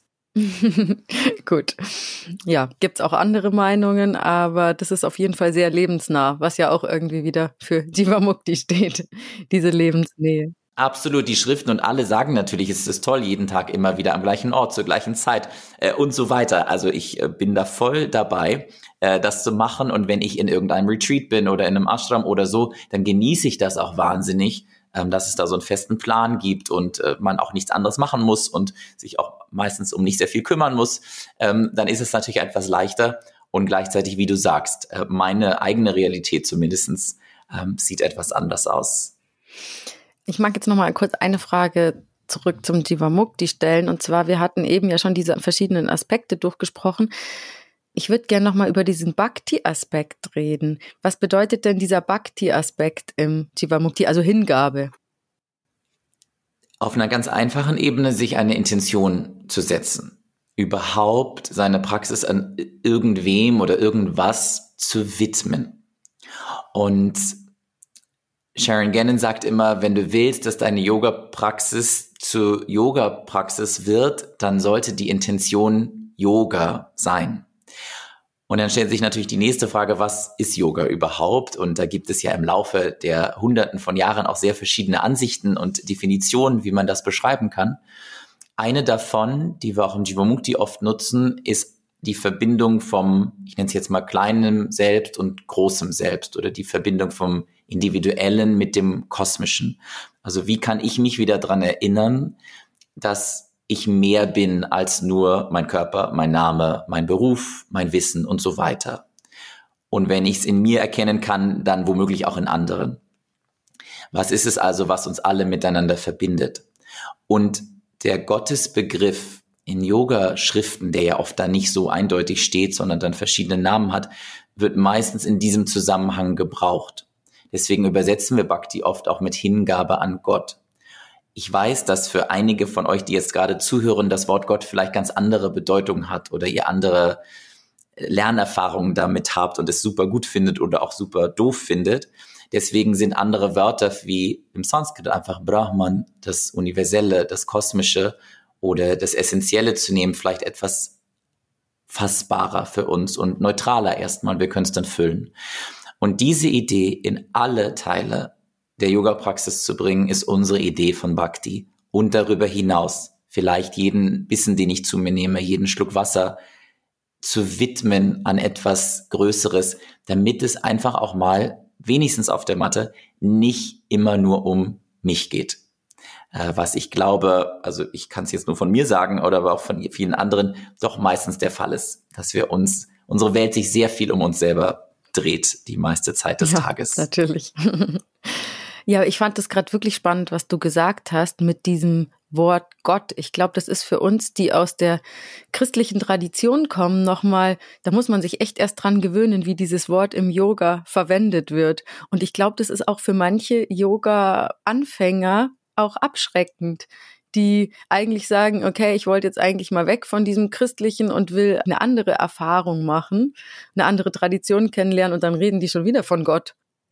Gut. Ja, gibt's auch andere Meinungen, aber das ist auf jeden Fall sehr lebensnah, was ja auch irgendwie wieder für Jivamukti steht, diese Lebensnähe. Absolut, die Schriften und alle sagen natürlich, es ist toll, jeden Tag immer wieder am gleichen Ort, zur gleichen Zeit und so weiter. Also ich bin da voll dabei, das zu machen, und wenn ich in irgendeinem Retreat bin oder in einem Ashram oder so, dann genieße ich das auch wahnsinnig, dass es da so einen festen Plan gibt und man auch nichts anderes machen muss und sich auch meistens um nicht sehr viel kümmern muss. Dann ist es natürlich etwas leichter, und gleichzeitig, wie du sagst, meine eigene Realität zumindest sieht etwas anders aus. Ich mag jetzt noch mal kurz eine Frage zurück zum Jivamukti stellen, und zwar, wir hatten eben ja schon diese verschiedenen Aspekte durchgesprochen. Ich würde gerne noch mal über diesen Bhakti-Aspekt reden. Was bedeutet denn dieser Bhakti-Aspekt im Jivamukti, also Hingabe? Auf einer ganz einfachen Ebene sich eine Intention zu setzen. Überhaupt seine Praxis an irgendwem oder irgendwas zu widmen. Und Sharon Gannon sagt immer, wenn du willst, dass deine Yoga-Praxis zur Yoga-Praxis wird, dann sollte die Intention Yoga sein. Und dann stellt sich natürlich die nächste Frage, was ist Yoga überhaupt? Und da gibt es ja im Laufe der Hunderten von Jahren auch sehr verschiedene Ansichten und Definitionen, wie man das beschreiben kann. Eine davon, die wir auch im Jivamukti oft nutzen, ist die Verbindung vom, ich nenne es jetzt mal kleinem Selbst und großem Selbst, oder die Verbindung vom Individuellen mit dem Kosmischen. Also wie kann ich mich wieder daran erinnern, dass ich mehr bin als nur mein Körper, mein Name, mein Beruf, mein Wissen und so weiter. Und wenn ich es in mir erkennen kann, dann womöglich auch in anderen. Was ist es also, was uns alle miteinander verbindet? Und der Gottesbegriff in Yoga-Schriften, der ja oft da nicht so eindeutig steht, sondern dann verschiedene Namen hat, wird meistens in diesem Zusammenhang gebraucht. Deswegen übersetzen wir Bhakti oft auch mit Hingabe an Gott. Ich weiß, dass für einige von euch, die jetzt gerade zuhören, das Wort Gott vielleicht ganz andere Bedeutung hat oder ihr andere Lernerfahrungen damit habt und es super gut findet oder auch super doof findet. Deswegen sind andere Wörter wie im Sanskrit einfach Brahman, das Universelle, das Kosmische oder das Essentielle zu nehmen, vielleicht etwas fassbarer für uns und neutraler erstmal. Wir können es dann füllen. Und diese Idee in alle Teile der Yoga-Praxis zu bringen, ist unsere Idee von Bhakti. Und darüber hinaus vielleicht jeden Bissen, den ich zu mir nehme, jeden Schluck Wasser, zu widmen an etwas Größeres, damit es einfach auch mal, wenigstens auf der Matte, nicht immer nur um mich geht. Was ich glaube, also ich kann es jetzt nur von mir sagen oder aber auch von vielen anderen, doch meistens der Fall ist, dass unsere Welt sich sehr viel um uns selber dreht, die meiste Zeit des Tages. Natürlich. Ja, ich fand das gerade wirklich spannend, was du gesagt hast mit diesem Wort Gott. Ich glaube, das ist für uns, die aus der christlichen Tradition kommen, nochmal, da muss man sich echt erst dran gewöhnen, wie dieses Wort im Yoga verwendet wird. Und ich glaube, das ist auch für manche Yoga-Anfänger auch abschreckend, die eigentlich sagen, okay, ich wollte jetzt eigentlich mal weg von diesem Christlichen und will eine andere Erfahrung machen, eine andere Tradition kennenlernen und dann reden die schon wieder von Gott.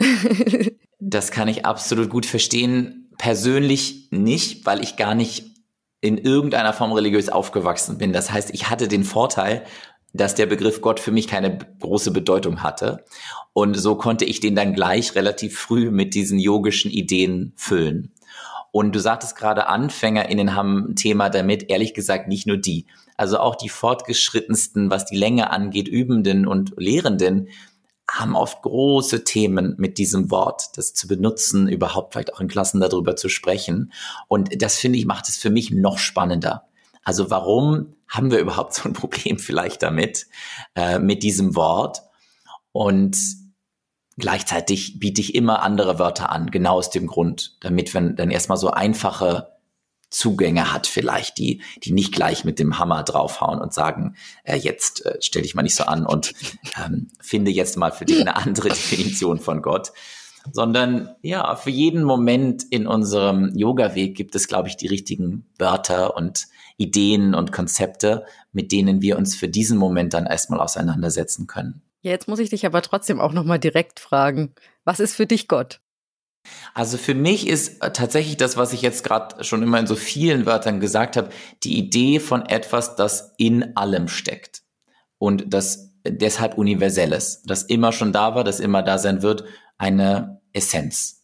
Das kann ich absolut gut verstehen. Persönlich nicht, weil ich gar nicht in irgendeiner Form religiös aufgewachsen bin. Das heißt, ich hatte den Vorteil, dass der Begriff Gott für mich keine große Bedeutung hatte. Und so konnte ich den dann gleich relativ früh mit diesen yogischen Ideen füllen. Und du sagtest gerade, AnfängerInnen haben ein Thema damit, ehrlich gesagt nicht nur die. Also auch die fortgeschrittensten, was die Länge angeht, Übenden und Lehrenden, haben oft große Themen mit diesem Wort, das zu benutzen, überhaupt vielleicht auch in Klassen darüber zu sprechen. Und das, finde ich, macht es für mich noch spannender. Also warum haben wir überhaupt so ein Problem vielleicht damit, mit diesem Wort? Und gleichzeitig biete ich immer andere Wörter an, genau aus dem Grund, damit man dann erstmal so einfache Zugänge hat vielleicht, die nicht gleich mit dem Hammer draufhauen und sagen, jetzt stell dich mal nicht so an und finde jetzt mal für dich eine andere Definition von Gott, sondern ja, für jeden Moment in unserem Yoga-Weg gibt es, glaube ich, die richtigen Wörter und Ideen und Konzepte, mit denen wir uns für diesen Moment dann erstmal auseinandersetzen können. Ja, jetzt muss ich dich aber trotzdem auch nochmal direkt fragen, was ist für dich Gott? Also für mich ist tatsächlich das, was ich jetzt gerade schon immer in so vielen Wörtern gesagt habe, die Idee von etwas, das in allem steckt und das deshalb Universelles, das immer schon da war, das immer da sein wird, eine Essenz.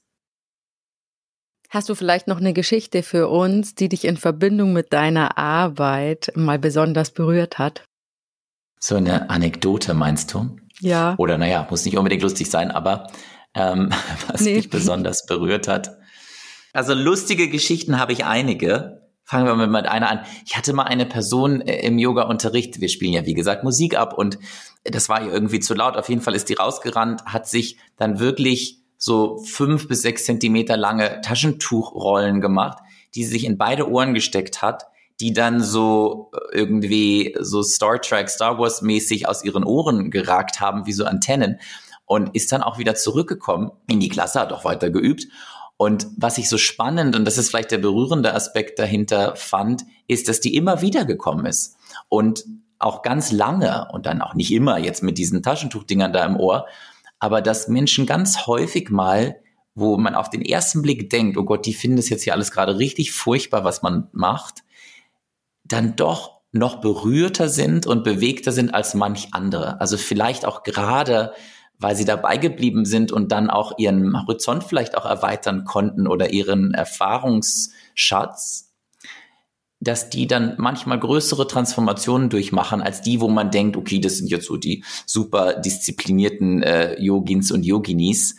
Hast du vielleicht noch eine Geschichte für uns, die dich in Verbindung mit deiner Arbeit mal besonders berührt hat? So eine Anekdote, meinst du? Ja. Oder naja, muss nicht unbedingt lustig sein, aber was mich besonders berührt hat. Also lustige Geschichten habe ich einige. Fangen wir mal mit einer an. Ich hatte mal eine Person im Yoga-Unterricht, wir spielen ja wie gesagt Musik ab und das war ihr irgendwie zu laut. Auf jeden Fall ist die rausgerannt, hat sich dann wirklich so 5 bis 6 Zentimeter lange Taschentuchrollen gemacht, die sie sich in beide Ohren gesteckt hat, die dann so irgendwie so Star Trek, Star Wars mäßig aus ihren Ohren geragt haben, wie so Antennen. Und ist dann auch wieder zurückgekommen in die Klasse, hat auch weiter geübt. Und was ich so spannend, und das ist vielleicht der berührende Aspekt dahinter fand, ist, dass die immer wieder gekommen ist. Und auch ganz lange und dann auch nicht immer jetzt mit diesen Taschentuchdingern da im Ohr, aber dass Menschen ganz häufig mal, wo man auf den ersten Blick denkt, oh Gott, die finden das jetzt hier alles gerade richtig furchtbar, was man macht, dann doch noch berührter sind und bewegter sind als manch andere. Also vielleicht auch gerade, weil sie dabei geblieben sind und dann auch ihren Horizont vielleicht auch erweitern konnten oder ihren Erfahrungsschatz, dass die dann manchmal größere Transformationen durchmachen als die, wo man denkt, okay, das sind jetzt so die super disziplinierten Yogins und Yoginis.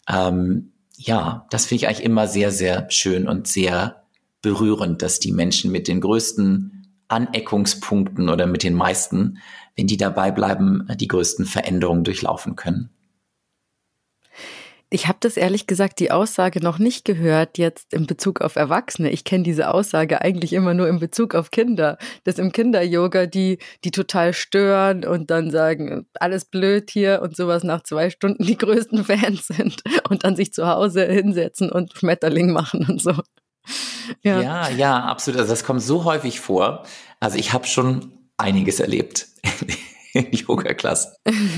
Ja, das finde ich eigentlich immer sehr, sehr schön und sehr berührend, dass die Menschen mit den größten Aneckungspunkten oder mit den meisten, wenn die dabei bleiben, die größten Veränderungen durchlaufen können. Ich habe das ehrlich gesagt, die Aussage noch nicht gehört jetzt in Bezug auf Erwachsene. Ich kenne diese Aussage eigentlich immer nur in Bezug auf Kinder. Dass im Kinder-Yoga die total stören und dann sagen, alles blöd hier und sowas nach 2 Stunden die größten Fans sind und dann sich zu Hause hinsetzen und Schmetterling machen und so. Ja, absolut. Also das kommt so häufig vor. Also ich habe schon einiges erlebt in Yoga-Klassen.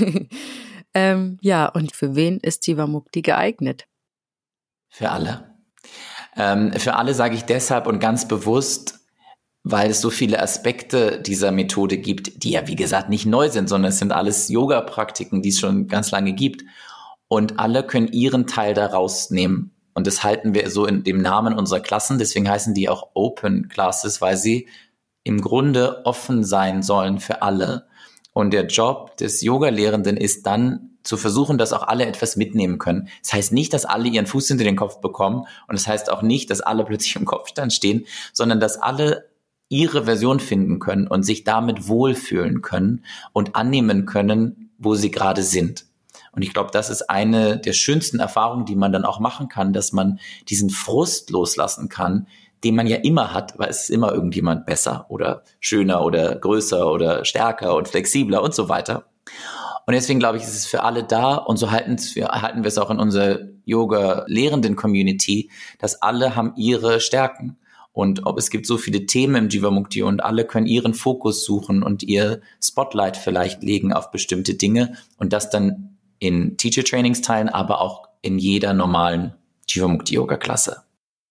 Ja, und für wen ist Jivamukti geeignet? Für alle. Für alle sage ich deshalb und ganz bewusst, weil es so viele Aspekte dieser Methode gibt, die ja wie gesagt nicht neu sind, sondern es sind alles Yoga-Praktiken, die es schon ganz lange gibt. Und alle können ihren Teil daraus nehmen. Und das halten wir so in dem Namen unserer Klassen. Deswegen heißen die auch Open Classes, weil sie im Grunde offen sein sollen für alle. Und der Job des Yoga-Lehrenden ist dann zu versuchen, dass auch alle etwas mitnehmen können. Das heißt nicht, dass alle ihren Fuß hinter den Kopf bekommen und das heißt auch nicht, dass alle plötzlich im Kopfstand stehen, sondern dass alle ihre Version finden können und sich damit wohlfühlen können und annehmen können, wo sie gerade sind. Und ich glaube, das ist eine der schönsten Erfahrungen, die man dann auch machen kann, dass man diesen Frust loslassen kann, den man ja immer hat, weil es ist immer irgendjemand besser oder schöner oder größer oder stärker und flexibler und so weiter. Und deswegen glaube ich, ist es für alle da und so halten wir es auch in unserer Yoga-Lehrenden-Community, dass alle haben ihre Stärken. Und es gibt so viele Themen im Jivamukti und alle können ihren Fokus suchen und ihr Spotlight vielleicht legen auf bestimmte Dinge und das dann in Teacher-Trainings teilen, aber auch in jeder normalen Jivamukti-Yoga-Klasse.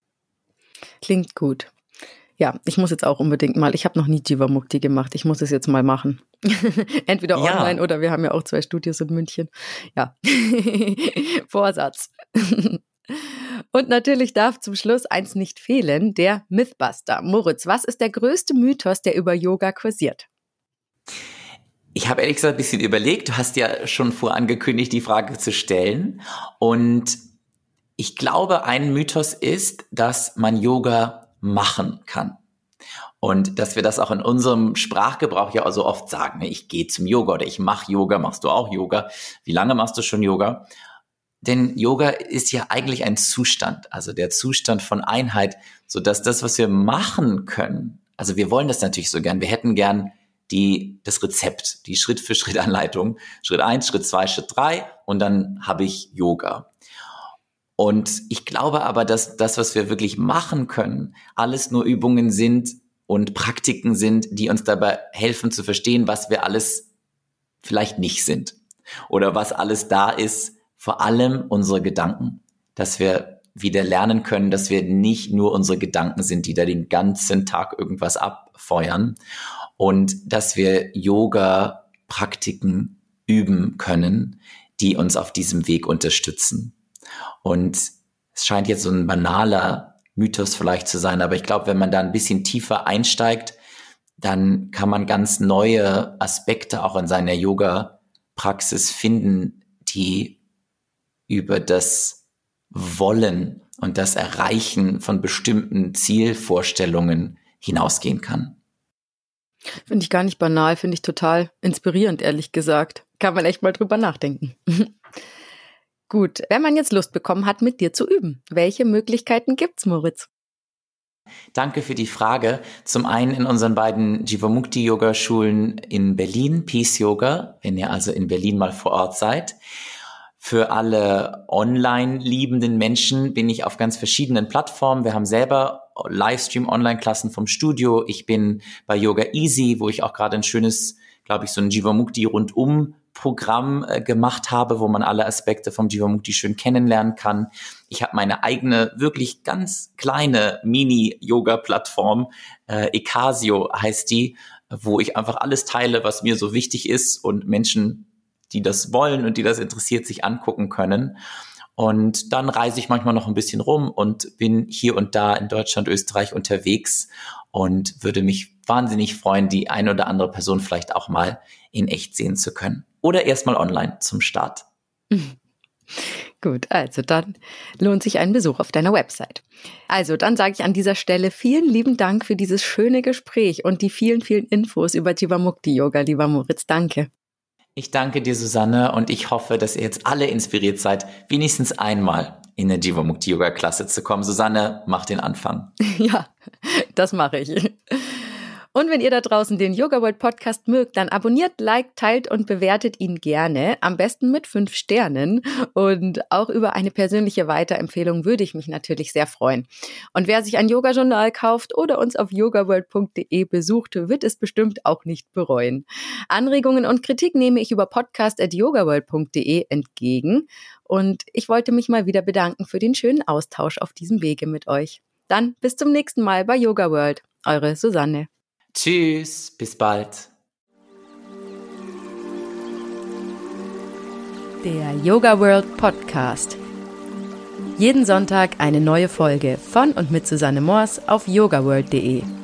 Klingt gut. Ja, ich muss jetzt auch unbedingt mal, ich habe noch nie Jivamukti gemacht, ich muss es jetzt mal machen. Entweder online oder wir haben ja auch 2 Studios in München. Ja, Vorsatz. Und natürlich darf zum Schluss eins nicht fehlen, der Mythbuster. Moritz, was ist der größte Mythos, der über Yoga kursiert? Ich habe ehrlich gesagt ein bisschen überlegt, du hast ja schon vorangekündigt, die Frage zu stellen. Und ich glaube, ein Mythos ist, dass man Yoga machen kann. Und dass wir das auch in unserem Sprachgebrauch ja auch so oft sagen, ich gehe zum Yoga oder ich mache Yoga, machst du auch Yoga? Wie lange machst du schon Yoga? Denn Yoga ist ja eigentlich ein Zustand, also der Zustand von Einheit, sodass das, was wir machen können, also wir wollen das natürlich so gern, wir hätten gern das Rezept, die Schritt-für-Schritt-Anleitung, Schritt 1, Schritt 2, Schritt 3 und dann habe ich Yoga. Und ich glaube aber, dass das, was wir wirklich machen können, alles nur Übungen sind und Praktiken sind, die uns dabei helfen zu verstehen, was wir alles vielleicht nicht sind oder was alles da ist, vor allem unsere Gedanken, dass wir wieder lernen können, dass wir nicht nur unsere Gedanken sind, die da den ganzen Tag irgendwas abfeuern und dass wir Yoga-Praktiken üben können, die uns auf diesem Weg unterstützen. Und es scheint jetzt so ein banaler Mythos vielleicht zu sein, aber ich glaube, wenn man da ein bisschen tiefer einsteigt, dann kann man ganz neue Aspekte auch in seiner Yoga-Praxis finden, die über das Wollen und das Erreichen von bestimmten Zielvorstellungen hinausgehen kann. Finde ich gar nicht banal, finde ich total inspirierend, ehrlich gesagt. Kann man echt mal drüber nachdenken. Gut, wenn man jetzt Lust bekommen hat, mit dir zu üben, welche Möglichkeiten gibt's, Moritz? Danke für die Frage. Zum einen in unseren beiden Jivamukti-Yoga-Schulen in Berlin, Peace Yoga, wenn ihr also in Berlin mal vor Ort seid. Für alle online liebenden Menschen bin ich auf ganz verschiedenen Plattformen. Wir haben selber Livestream-Online-Klassen vom Studio. Ich bin bei Yoga Easy, wo ich auch gerade ein schönes, glaube ich, so ein Jivamukti-Rundum-Programm gemacht habe, wo man alle Aspekte vom Jivamukti schön kennenlernen kann. Ich habe meine eigene, wirklich ganz kleine Mini-Yoga-Plattform, Ecasio heißt die, wo ich einfach alles teile, was mir so wichtig ist und Menschen, die das wollen und die das interessiert, sich angucken können. Und dann reise ich manchmal noch ein bisschen rum und bin hier und da in Deutschland, Österreich unterwegs und würde mich wahnsinnig freuen, die eine oder andere Person vielleicht auch mal in echt sehen zu können. Oder erstmal online zum Start. Gut, also dann lohnt sich ein Besuch auf deiner Website. Also dann sage ich an dieser Stelle vielen lieben Dank für dieses schöne Gespräch und die vielen, vielen Infos über Jivamukti-Yoga, lieber Moritz. Danke. Ich danke dir, Susanne, und ich hoffe, dass ihr jetzt alle inspiriert seid, wenigstens einmal in eine Jivamukti-Yoga-Klasse zu kommen. Susanne, mach den Anfang. Ja, das mache ich. Und wenn ihr da draußen den Yoga World Podcast mögt, dann abonniert, liked, teilt und bewertet ihn gerne. Am besten mit 5 Sternen. Und auch über eine persönliche Weiterempfehlung würde ich mich natürlich sehr freuen. Und wer sich ein Yoga-Journal kauft oder uns auf yogaworld.de besucht, wird es bestimmt auch nicht bereuen. Anregungen und Kritik nehme ich über podcast@yogaworld.de entgegen. Und ich wollte mich mal wieder bedanken für den schönen Austausch auf diesem Wege mit euch. Dann bis zum nächsten Mal bei Yoga World. Eure Susanne. Tschüss, bis bald. Der Yoga World Podcast. Jeden Sonntag eine neue Folge von und mit Susanne Moors auf yogaworld.de.